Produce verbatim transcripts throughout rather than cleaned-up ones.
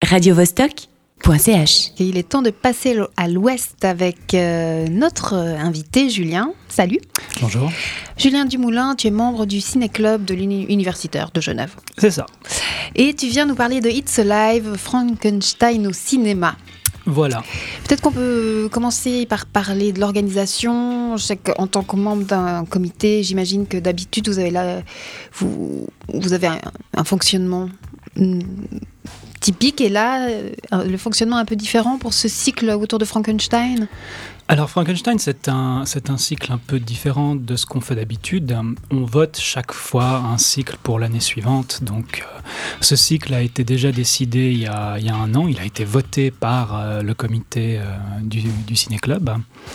radiovostok point c h. Et il est temps de passer à l'ouest avec euh, notre invité Julien. Salut. Bonjour. Julien Dumoulin, tu es membre du Ciné-Club de l'Universitaire de Genève. C'est ça. Et tu viens nous parler de It's Alive, Frankenstein au cinéma. Voilà. Peut-être qu'on peut commencer par parler de l'organisation. Je sais qu'en tant que membre d'un comité, j'imagine que d'habitude, vous avez, là, vous, vous avez un, un fonctionnement typique. Et là, le fonctionnement est un peu différent pour ce cycle autour de Frankenstein. Alors Frankenstein, c'est un, c'est un cycle un peu différent de ce qu'on fait d'habitude. On vote chaque fois un cycle pour l'année suivante. Donc euh, ce cycle a été déjà décidé il y a, il y a un an. Il a été voté par euh, le comité euh, du, du Ciné-Club.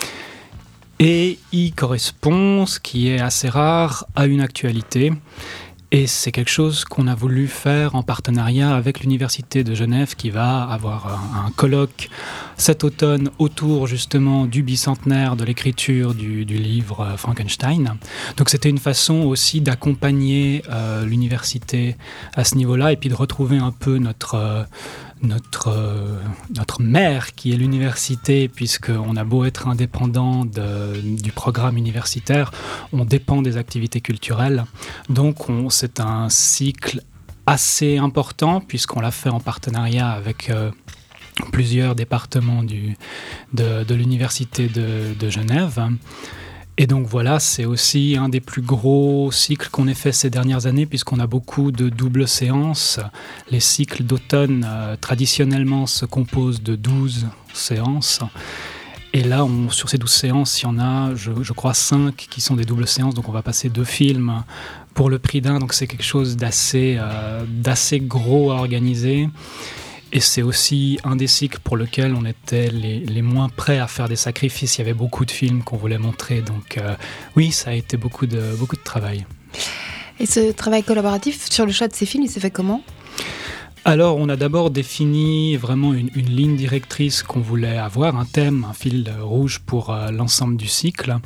Et il correspond, ce qui est assez rare, à une actualité. Et c'est quelque chose qu'on a voulu faire en partenariat avec l'Université de Genève qui va avoir un, un colloque cet automne autour justement du bicentenaire de l'écriture du, du livre Frankenstein. Donc c'était une façon aussi d'accompagner euh, l'université à ce niveau-là et puis de retrouver un peu notre... Euh, Notre, euh, notre mère qui est l'université, puisqu'on a beau être indépendant de, du programme universitaire, on dépend des activités culturelles. Donc on, c'est un cycle assez important, puisqu'on l'a fait en partenariat avec euh, plusieurs départements du, de, de l'université de, de Genève. Et donc voilà, c'est aussi un des plus gros cycles qu'on ait fait ces dernières années, puisqu'on a beaucoup de doubles séances. Les cycles d'automne, euh, traditionnellement, se composent de douze séances. Et là, on, sur ces douze séances, il y en a, je, je crois, cinq qui sont des doubles séances. Donc on va passer deux films pour le prix d'un. Donc c'est quelque chose d'assez, euh, d'assez gros à organiser. Et c'est aussi un des cycles pour lequel on était les, les moins prêts à faire des sacrifices. Il y avait beaucoup de films qu'on voulait montrer. Donc euh, oui, ça a été beaucoup de, beaucoup de travail. Et ce travail collaboratif sur le choix de ces films, il s'est fait comment ? Alors, on a d'abord défini vraiment une, une ligne directrice qu'on voulait avoir, un thème, un fil rouge pour euh, l'ensemble du cycle.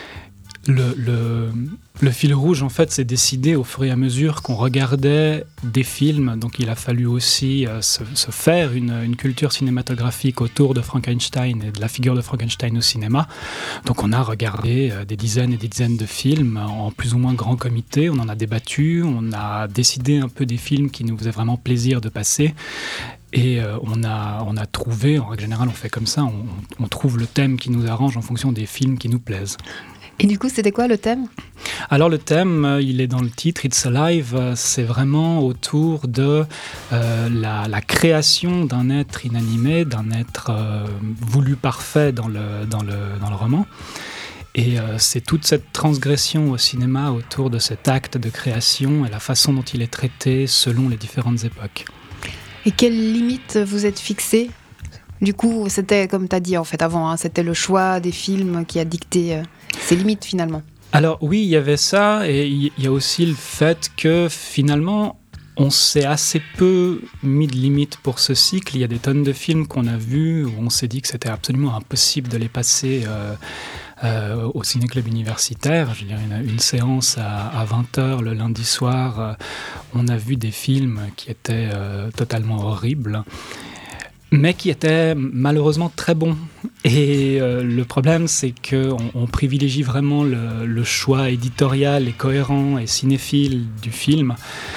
Le, le, le fil rouge, en fait, s'est décidé au fur et à mesure qu'on regardait des films. Donc, il a fallu aussi euh, se, se faire une, une culture cinématographique autour de Frankenstein et de la figure de Frankenstein au cinéma. Donc, on a regardé euh, des dizaines et des dizaines de films en plus ou moins grand comité. On en a débattu. On a décidé un peu des films qui nous faisaient vraiment plaisir de passer. Et euh, on, a, on a trouvé, en règle générale, on fait comme ça, on, on trouve le thème qui nous arrange en fonction des films qui nous plaisent. Et du coup, c'était quoi le thème ? Alors le thème, il est dans le titre, It's Alive, c'est vraiment autour de euh, la, la création d'un être inanimé, d'un être euh, voulu parfait dans le, dans le, dans le roman. Et euh, c'est toute cette transgression au cinéma autour de cet acte de création et la façon dont il est traité selon les différentes époques. Et quelles limites vous êtes fixées ? Du coup, c'était, comme tu as dit en fait avant, hein, c'était le choix des films qui a dicté euh, ces limites finalement. Alors oui, il y avait ça, et il y a aussi le fait que finalement, on s'est assez peu mis de limites pour ce cycle. Il y a des tonnes de films qu'on a vus où on s'est dit que c'était absolument impossible de les passer euh, euh, au ciné-club universitaire. Je dirais une, une séance à, à vingt heures le lundi soir, euh, on a vu des films qui étaient euh, totalement horribles, mais qui était malheureusement très bon. Et euh, le problème, c'est qu'on on privilégie vraiment le, le choix éditorial et cohérent et cinéphile du film.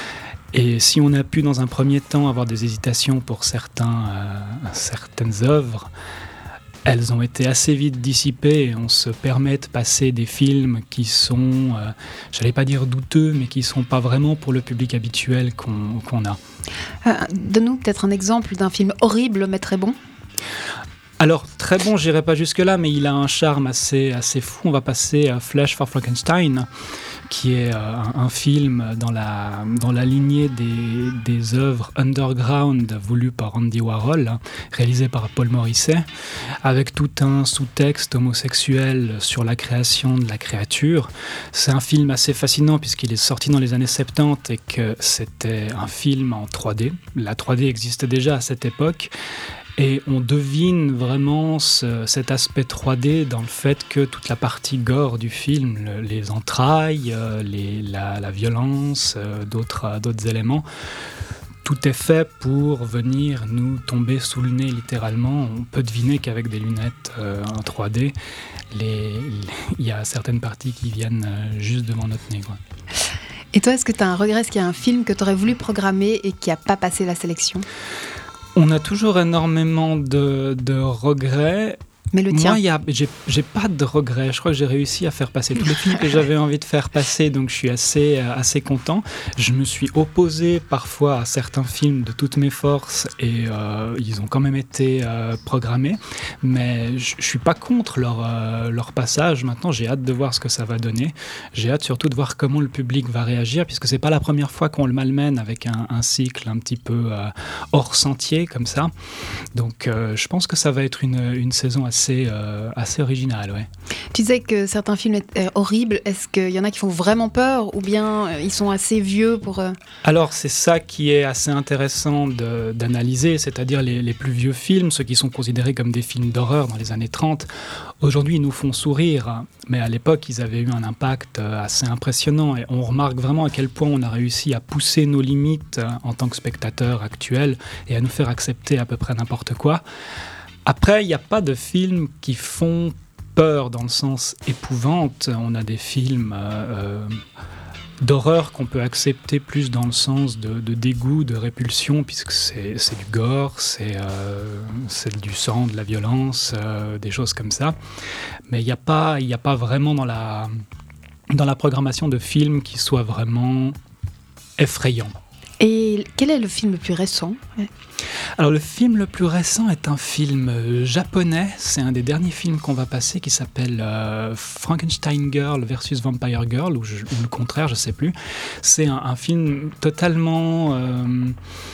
Et si on a pu, dans un premier temps, avoir des hésitations pour certains, euh, certaines œuvres, elles ont été assez vite dissipées et on se permet de passer des films qui sont, euh, j'allais pas dire douteux, mais qui ne sont pas vraiment pour le public habituel qu'on, qu'on a. Euh, donne-nous peut-être un exemple d'un film horrible mais très bon. Alors, très bon, je n'irai pas jusque-là, mais il a un charme assez, assez fou. On va passer à Flesh for Frankenstein, qui est euh, un, un film dans la, dans la lignée des, des œuvres underground voulues par Andy Warhol, hein, réalisé par Paul Morisset, avec tout un sous-texte homosexuel sur la création de la créature. C'est un film assez fascinant puisqu'il est sorti dans les années soixante-dix et que c'était un film en trois D. La trois D existait déjà à cette époque. Et on devine vraiment ce, cet aspect trois D dans le fait que toute la partie gore du film, le, les entrailles, euh, les, la, la violence, euh, d'autres, euh, d'autres éléments, tout est fait pour venir nous tomber sous le nez littéralement. On peut deviner qu'avec des lunettes euh, en trois D, il y a certaines parties qui viennent euh, juste devant notre nez, quoi. Et toi, est-ce que tu as un regret? Est-ce qu'il y a un film que tu aurais voulu programmer et qui n'a pas passé la sélection? On a toujours énormément de, de regrets. Mais le tien? Moi, y a, j'ai, j'ai pas de regrets. Je crois que j'ai réussi à faire passer tous les films que j'avais envie de faire passer, donc je suis assez, euh, assez content. Je me suis opposé parfois à certains films de toutes mes forces et euh, ils ont quand même été euh, programmés. Mais je, je suis pas contre leur, euh, leur passage. Maintenant, j'ai hâte de voir ce que ça va donner. J'ai hâte surtout de voir comment le public va réagir, puisque c'est pas la première fois qu'on le malmène avec un, un cycle un petit peu euh, hors sentier comme ça. Donc, euh, je pense que ça va être une, une saison assez assez, euh, assez original, ouais. Tu disais que certains films étaient horribles. Est-ce qu'il y en a qui font vraiment peur ou bien euh, ils sont assez vieux pour... Euh... Alors, c'est ça qui est assez intéressant de, d'analyser, c'est-à-dire les, les plus vieux films, ceux qui sont considérés comme des films d'horreur dans les années trente. Aujourd'hui, ils nous font sourire, mais à l'époque, ils avaient eu un impact assez impressionnant et on remarque vraiment à quel point on a réussi à pousser nos limites en tant que spectateurs actuels et à nous faire accepter à peu près n'importe quoi. Après, il n'y a pas de films qui font peur dans le sens épouvante. On a des films euh, d'horreur qu'on peut accepter plus dans le sens de, de dégoût, de répulsion, puisque c'est, c'est du gore, c'est, euh, c'est du sang, de la violence, euh, des choses comme ça. Mais il n'y a pas, il n'y a pas vraiment dans la, dans la programmation de films qui soient vraiment effrayants. Et quel est le film le plus récent ? Alors le film le plus récent est un film japonais, c'est un des derniers films qu'on va passer qui s'appelle euh, Frankenstein Girl versus Vampire Girl, ou, je, ou le contraire, je ne sais plus. C'est un, un film totalement euh,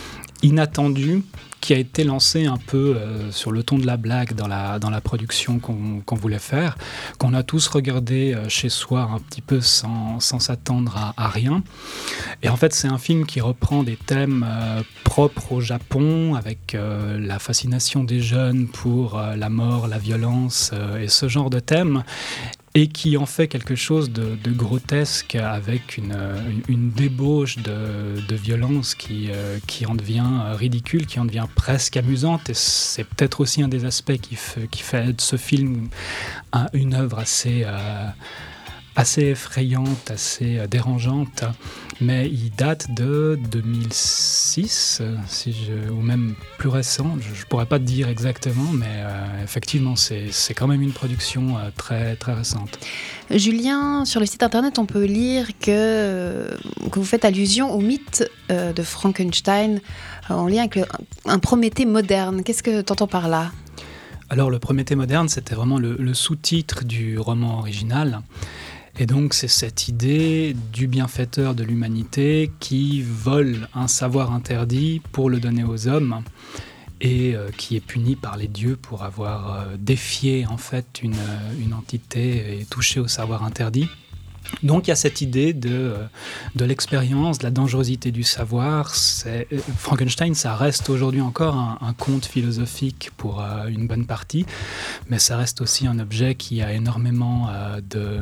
inattendu, qui a été lancé un peu euh, sur le ton de la blague dans la, dans la production qu'on, qu'on voulait faire, qu'on a tous regardé euh, chez soi un petit peu sans, sans s'attendre à, à rien. Et en fait, c'est un film qui reprend des thèmes euh, propres au Japon, avec euh, la fascination des jeunes pour euh, la mort, la violence euh, et ce genre de thèmes, et qui en fait quelque chose de, de grotesque avec une, une débauche de, de violence qui, euh, qui en devient ridicule, qui en devient presque amusante. Et c'est peut-être aussi un des aspects qui fait, qui fait de ce film un, une œuvre assez, euh, assez effrayante, assez euh, dérangeante. Mais il date de deux mille six, si je, ou même plus récent, je ne pourrais pas te dire exactement, mais euh, effectivement, c'est, c'est quand même une production euh, très, très récente. Julien, sur le site internet, on peut lire que, que vous faites allusion au mythe euh, de Frankenstein euh, en lien avec le, un Prométhée moderne. Qu'est-ce que tu entends par là ? Alors, le Prométhée moderne, c'était vraiment le, le sous-titre du roman original. Et donc, c'est cette idée du bienfaiteur de l'humanité qui vole un savoir interdit pour le donner aux hommes et euh, qui est puni par les dieux pour avoir euh, défié en fait une, une entité et touché au savoir interdit. Donc il y a cette idée de, de l'expérience, de la dangerosité du savoir. C'est, Frankenstein, ça reste aujourd'hui encore un, un conte philosophique pour euh, une bonne partie, mais ça reste aussi un objet qui a énormément euh, de,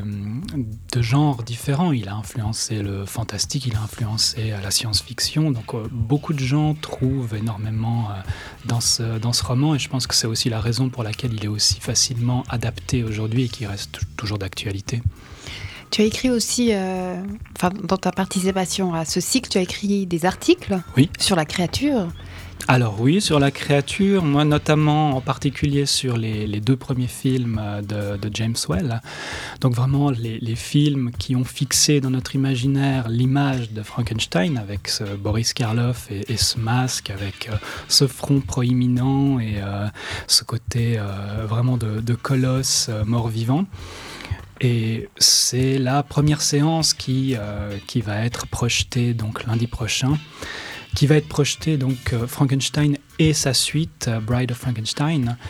de genres différents. Il a influencé le fantastique, il a influencé la science-fiction, donc euh, beaucoup de gens trouvent énormément euh, dans, ce, dans ce roman, et je pense que c'est aussi la raison pour laquelle il est aussi facilement adapté aujourd'hui et qu'il reste t- toujours d'actualité. Tu as écrit aussi, euh, enfin, dans ta participation à ce cycle, tu as écrit des articles oui. sur la créature. Alors oui, sur la créature, moi notamment en particulier sur les, les deux premiers films de, de James Whale. Donc vraiment les, les films qui ont fixé dans notre imaginaire l'image de Frankenstein avec ce Boris Karloff et, et ce masque, avec euh, ce front proéminent et euh, ce côté euh, vraiment de, de colosse euh, mort-vivant. Et c'est la première séance qui, euh, qui va être projetée donc lundi prochain, qui va être projetée donc euh, Frankenstein et sa suite, euh, Bride of Frankenstein,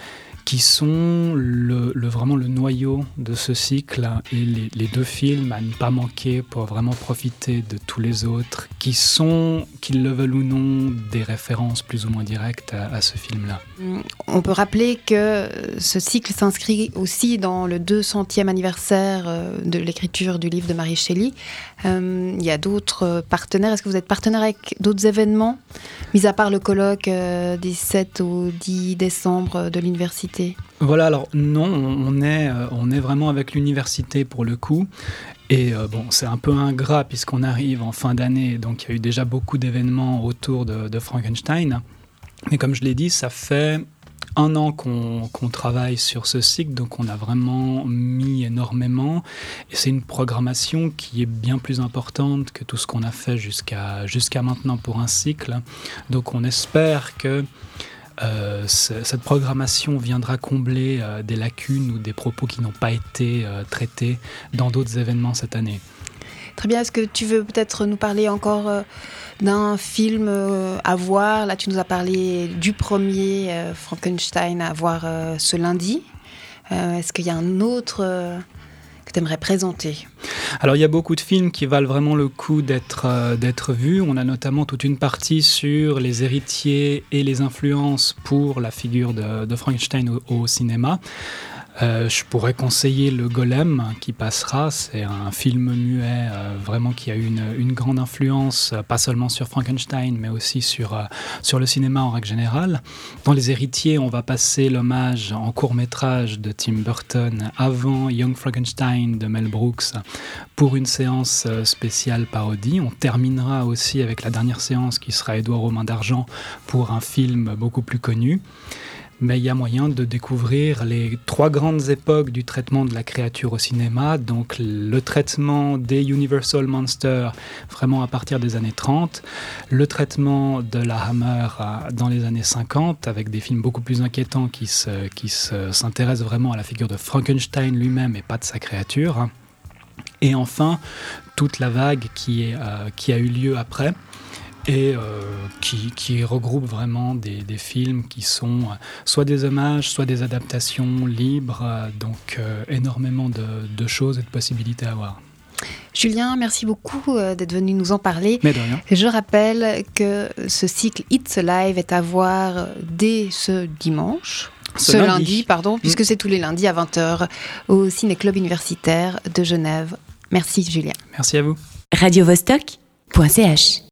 qui sont le, le, vraiment le noyau de ce cycle et les, les deux films à ne pas manquer pour vraiment profiter de tous les autres, qui sont, qu'ils le veulent ou non, des références plus ou moins directes à, à ce film-là. On peut rappeler que ce cycle s'inscrit aussi dans le deux centième anniversaire de l'écriture du livre de Mary Shelley. Euh, il y a d'autres partenaires. Est-ce que vous êtes partenaire avec d'autres événements, mis à part le colloque euh, des sept au dix décembre de l'université ? Voilà, alors non, on est, on est vraiment avec l'université pour le coup. Et euh, bon, c'est un peu ingrat puisqu'on arrive en fin d'année, donc il y a eu déjà beaucoup d'événements autour de, de Frankenstein. Mais comme je l'ai dit, ça fait un an qu'on, qu'on travaille sur ce cycle, donc on a vraiment mis énormément. Et c'est une programmation qui est bien plus importante que tout ce qu'on a fait jusqu'à, jusqu'à maintenant pour un cycle. Donc on espère que Euh, cette programmation viendra combler euh, des lacunes ou des propos qui n'ont pas été euh, traités dans d'autres événements cette année. Très bien, est-ce que tu veux peut-être nous parler encore euh, d'un film euh, à voir ? Là, tu nous as parlé du premier euh, Frankenstein à voir euh, ce lundi. Euh, est-ce qu'il y a un autre euh, que tu aimerais présenter ? Alors il y a beaucoup de films qui valent vraiment le coup d'être, euh, d'être vus. On a notamment toute une partie sur les héritiers et les influences pour la figure de, de Frankenstein au, au cinéma. Euh, je pourrais conseiller Le Golem qui passera, c'est un film muet euh, vraiment qui a eu une, une grande influence, euh, pas seulement sur Frankenstein mais aussi sur, euh, sur le cinéma en règle générale. Dans Les Héritiers, on va passer l'hommage en court-métrage de Tim Burton avant Young Frankenstein de Mel Brooks pour une séance euh, spéciale parodie. On terminera aussi avec la dernière séance qui sera Édouard aux mains d'argent pour un film beaucoup plus connu. Mais il y a moyen de découvrir les trois grandes époques du traitement de la créature au cinéma, donc le traitement des Universal Monsters vraiment à partir des années trente, le traitement de la Hammer dans les années cinquante, avec des films beaucoup plus inquiétants qui, se, qui se, s'intéressent vraiment à la figure de Frankenstein lui-même et pas de sa créature, et enfin toute la vague qui, est, euh, qui a eu lieu après, et euh, qui, qui regroupe vraiment des, des films qui sont euh, soit des hommages, soit des adaptations libres, euh, donc euh, énormément de, de choses et de possibilités à voir. Julien, merci beaucoup euh, d'être venu nous en parler. Mais de rien. Je rappelle que ce cycle It's Alive est à voir dès ce dimanche. Ce, ce lundi. lundi, pardon, mmh. puisque c'est tous les lundis à vingt heures au Ciné-Club universitaire de Genève. Merci Julien. Merci à vous. radio vostok point c h